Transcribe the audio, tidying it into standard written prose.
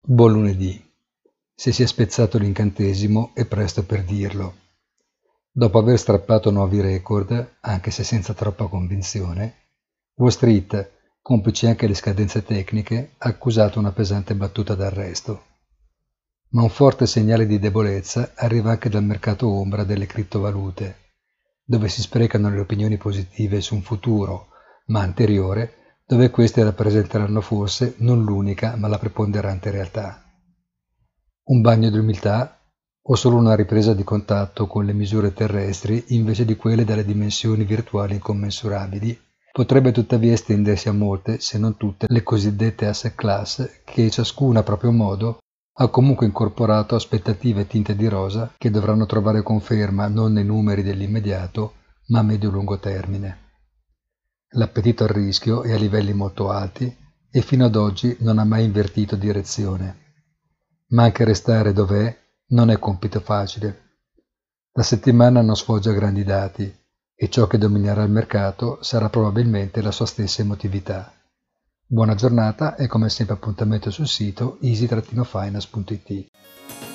Buon lunedì. Se si è spezzato l'incantesimo è presto per dirlo. Dopo aver strappato nuovi record, anche se senza troppa convinzione, Wall Street, complici anche le scadenze tecniche, ha accusato una pesante battuta d'arresto. Ma un forte segnale di debolezza arriva anche dal mercato ombra delle criptovalute, dove si sprecano le opinioni positive su un futuro, ma anteriore, dove queste rappresenteranno forse non l'unica ma la preponderante realtà. Un bagno di umiltà o solo una ripresa di contatto con le misure terrestri invece di quelle dalle dimensioni virtuali incommensurabili? Potrebbe tuttavia estendersi a molte, se non tutte, le cosiddette asset class che ciascuna a proprio modo ha comunque incorporato aspettative tinte di rosa che dovranno trovare conferma non nei numeri dell'immediato, ma a medio-lungo termine. L'appetito al rischio è a livelli molto alti e fino ad oggi non ha mai invertito direzione. Ma anche restare dov'è non è compito facile. La settimana non sfoggia grandi dati e ciò che dominerà il mercato sarà probabilmente la sua stessa emotività. Buona giornata e come sempre appuntamento sul sito easy-finance.it.